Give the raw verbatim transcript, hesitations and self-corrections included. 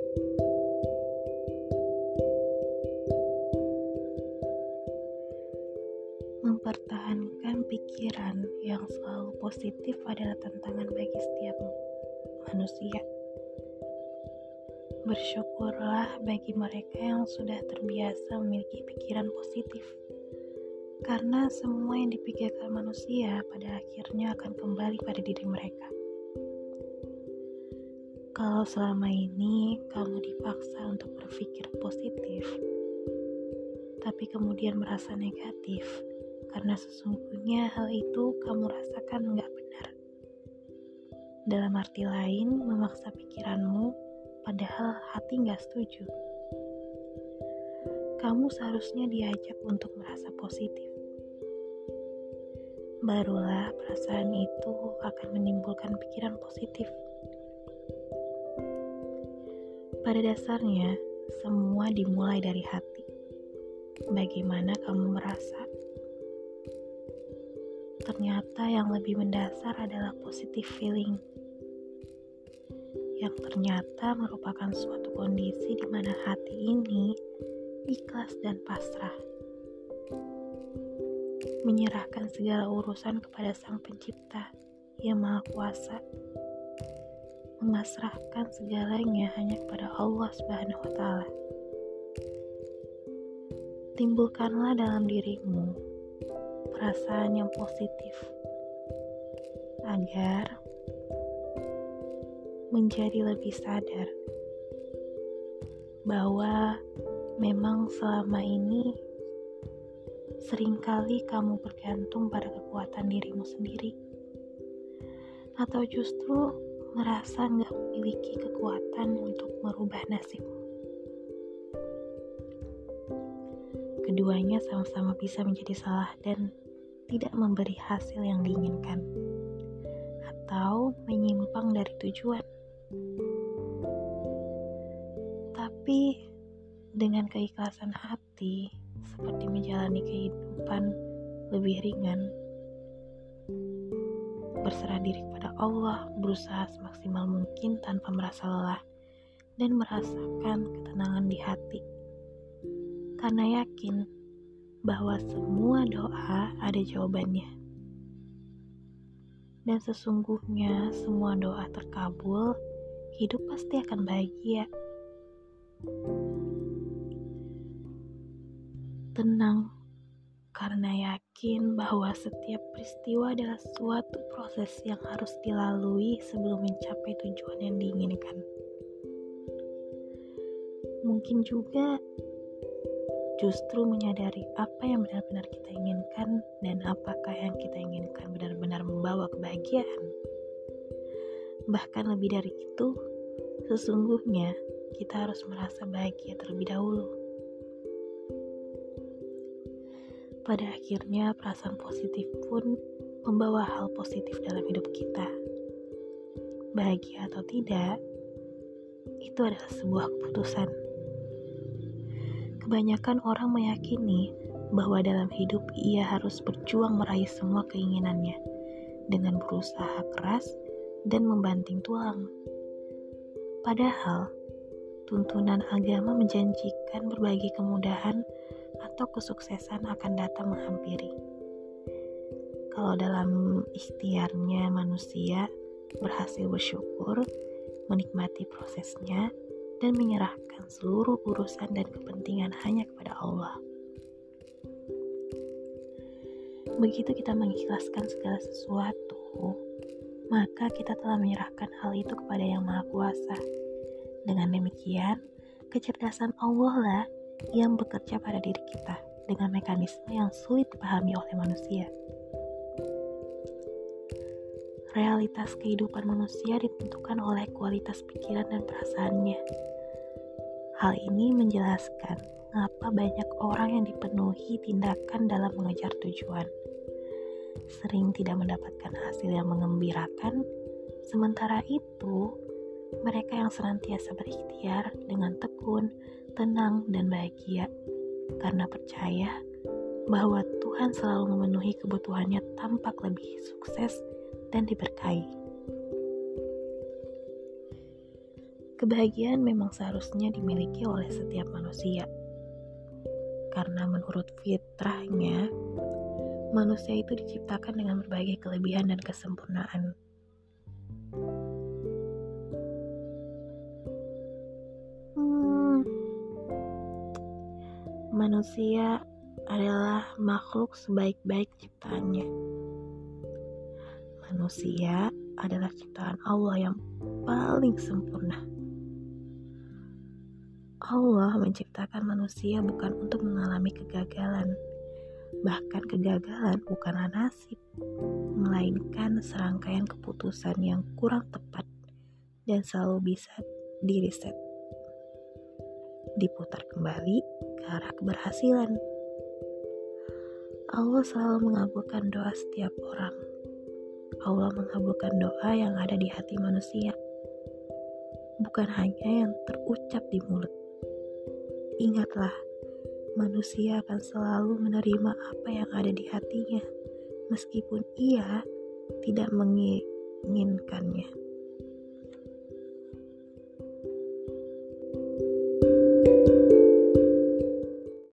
Mempertahankan pikiran yang selalu positif adalah tantangan bagi setiap manusia. Bersyukurlah bagi mereka yang sudah terbiasa memiliki pikiran positif, karena semua yang dipikirkan manusia pada akhirnya akan kembali pada diri mereka. Kalau selama ini kamu dipaksa untuk berpikir positif, tapi kemudian merasa negatif, karena sesungguhnya hal itu kamu rasakan nggak benar. Dalam arti lain, memaksa pikiranmu, padahal hati nggak setuju. Kamu seharusnya diajak untuk merasa positif. Barulah perasaan itu akan menimbulkan pikiran positif. Pada dasarnya, semua dimulai dari hati. Bagaimana kamu merasa? Ternyata yang lebih mendasar adalah positive feeling, yang ternyata merupakan suatu kondisi di mana hati ini ikhlas dan pasrah, menyerahkan segala urusan kepada Sang Pencipta yang Maha Kuasa, memasrahkan segalanya hanya kepada Allah Subhanahu wa Ta'ala. Timbulkanlah dalam dirimu perasaan yang positif agar menjadi lebih sadar bahwa memang selama ini seringkali kamu bergantung pada kekuatan dirimu sendiri, atau justru merasa gak memiliki kekuatan untuk merubah nasibmu. Keduanya sama-sama bisa menjadi salah dan tidak memberi hasil yang diinginkan, atau menyimpang dari tujuan. Tapi dengan keikhlasan hati, seperti menjalani kehidupan lebih ringan, berserah diri kepada Allah, berusaha semaksimal mungkin tanpa merasa lelah, dan merasakan ketenangan di hati. Karena yakin bahwa semua doa ada jawabannya. Dan sesungguhnya semua doa terkabul, hidup pasti akan bahagia. Tenang, karena yakin bahwa setiap peristiwa adalah suatu proses yang harus dilalui sebelum mencapai tujuan yang diinginkan. Mungkin juga justru menyadari apa yang benar-benar kita inginkan dan apakah yang kita inginkan benar-benar membawa kebahagiaan. Bahkan lebih dari itu, sesungguhnya kita harus merasa bahagia terlebih dahulu. Pada akhirnya perasaan positif pun membawa hal positif dalam hidup kita. Bahagia atau tidak, itu adalah sebuah keputusan. Kebanyakan orang meyakini bahwa dalam hidup ia harus berjuang meraih semua keinginannya dengan berusaha keras dan membanting tulang. Padahal, tuntunan agama menjanjikan berbagai kemudahan atau kesuksesan akan datang menghampiri. Kalau dalam ikhtiarnya manusia berhasil bersyukur, menikmati prosesnya, dan menyerahkan seluruh urusan dan kepentingan hanya kepada Allah. Begitu kita mengikhlaskan segala sesuatu, maka kita telah menyerahkan hal itu kepada Yang Maha Kuasa. Dengan demikian, kecerdasan Allah lah yang bekerja pada diri kita dengan mekanisme yang sulit dipahami oleh manusia. Realitas kehidupan manusia ditentukan oleh kualitas pikiran dan perasaannya. Hal ini menjelaskan mengapa banyak orang yang dipenuhi tindakan dalam mengejar tujuan, sering tidak mendapatkan hasil yang mengembirakan. Sementara itu, mereka yang senantiasa berikhtiar dengan tekun, tenang, dan bahagia karena percaya bahwa Tuhan selalu memenuhi kebutuhannya tampak lebih sukses dan diberkahi. Kebahagiaan memang seharusnya dimiliki oleh setiap manusia. Karena menurut fitrahnya, manusia itu diciptakan dengan berbagai kelebihan dan kesempurnaan. Hmm, manusia adalah makhluk sebaik-baik ciptaannya. Manusia adalah ciptaan Allah yang paling sempurna. Allah menciptakan manusia bukan untuk mengalami kegagalan. Bahkan kegagalan bukanlah nasib, melainkan serangkaian keputusan yang kurang tepat dan selalu bisa direset, diputar kembali ke arah keberhasilan. Allah selalu mengabulkan doa setiap orang. Allah mengabulkan doa yang ada di hati manusia, bukan hanya yang terucap di mulut. Ingatlah, manusia akan selalu menerima apa yang ada di hatinya, meskipun ia tidak menginginkannya.